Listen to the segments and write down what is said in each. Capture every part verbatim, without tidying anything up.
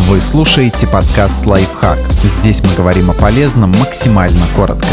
Вы слушаете подкаст «Лайфхак». Здесь мы говорим о полезном максимально коротко.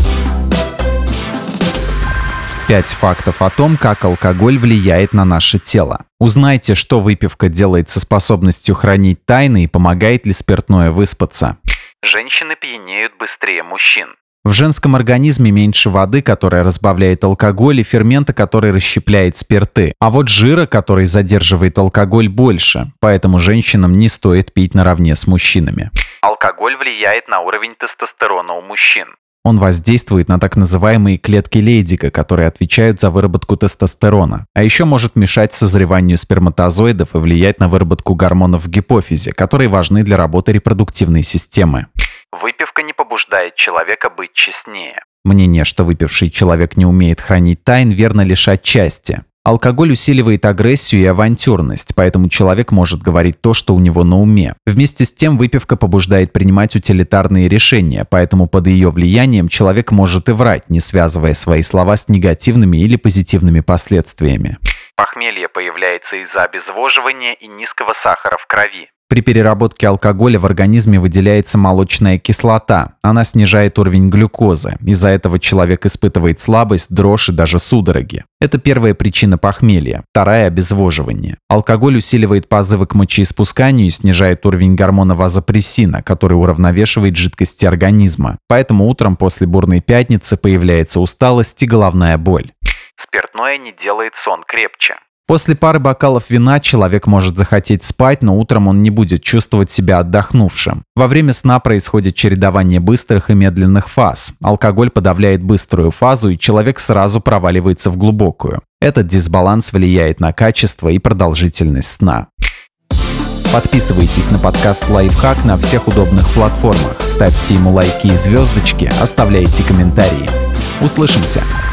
Пять фактов о том, как алкоголь влияет на наше тело. Узнайте, что выпивка делает со способностью хранить тайны и помогает ли спиртное выспаться. Женщины пьянеют быстрее мужчин. В женском организме меньше воды, которая разбавляет алкоголь, и фермента, который расщепляет спирты. А вот жира, который задерживает алкоголь, больше. Поэтому женщинам не стоит пить наравне с мужчинами. Алкоголь влияет на уровень тестостерона у мужчин. Он воздействует на так называемые клетки Лейдига, которые отвечают за выработку тестостерона. А еще может мешать созреванию сперматозоидов и влиять на выработку гормонов в гипофизе, которые важны для работы репродуктивной системы. Выпивка не побуждает человека быть честнее. Мнение, что выпивший человек не умеет хранить тайн, верно лишь отчасти. Алкоголь усиливает агрессию и авантюрность, поэтому человек может говорить то, что у него на уме. Вместе с тем выпивка побуждает принимать утилитарные решения, поэтому под ее влиянием человек может и врать, не связывая свои слова с негативными или позитивными последствиями. Похмелье появляется из-за обезвоживания и низкого сахара в крови. При переработке алкоголя в организме выделяется молочная кислота. Она снижает уровень глюкозы. Из-за этого человек испытывает слабость, дрожь и даже судороги. Это первая причина похмелья. Вторая – обезвоживание. Алкоголь усиливает позывы к мочеиспусканию и снижает уровень гормона вазопрессина, который уравновешивает жидкости организма. Поэтому утром после бурной пятницы появляется усталость и головная боль. Спиртное не делает сон крепче. После пары бокалов вина человек может захотеть спать, но утром он не будет чувствовать себя отдохнувшим. Во время сна происходит чередование быстрых и медленных фаз. Алкоголь подавляет быструю фазу, и человек сразу проваливается в глубокую. Этот дисбаланс влияет на качество и продолжительность сна. Подписывайтесь на подкаст «Лайфхак» на всех удобных платформах, ставьте ему лайки и звездочки, оставляйте комментарии. Услышимся!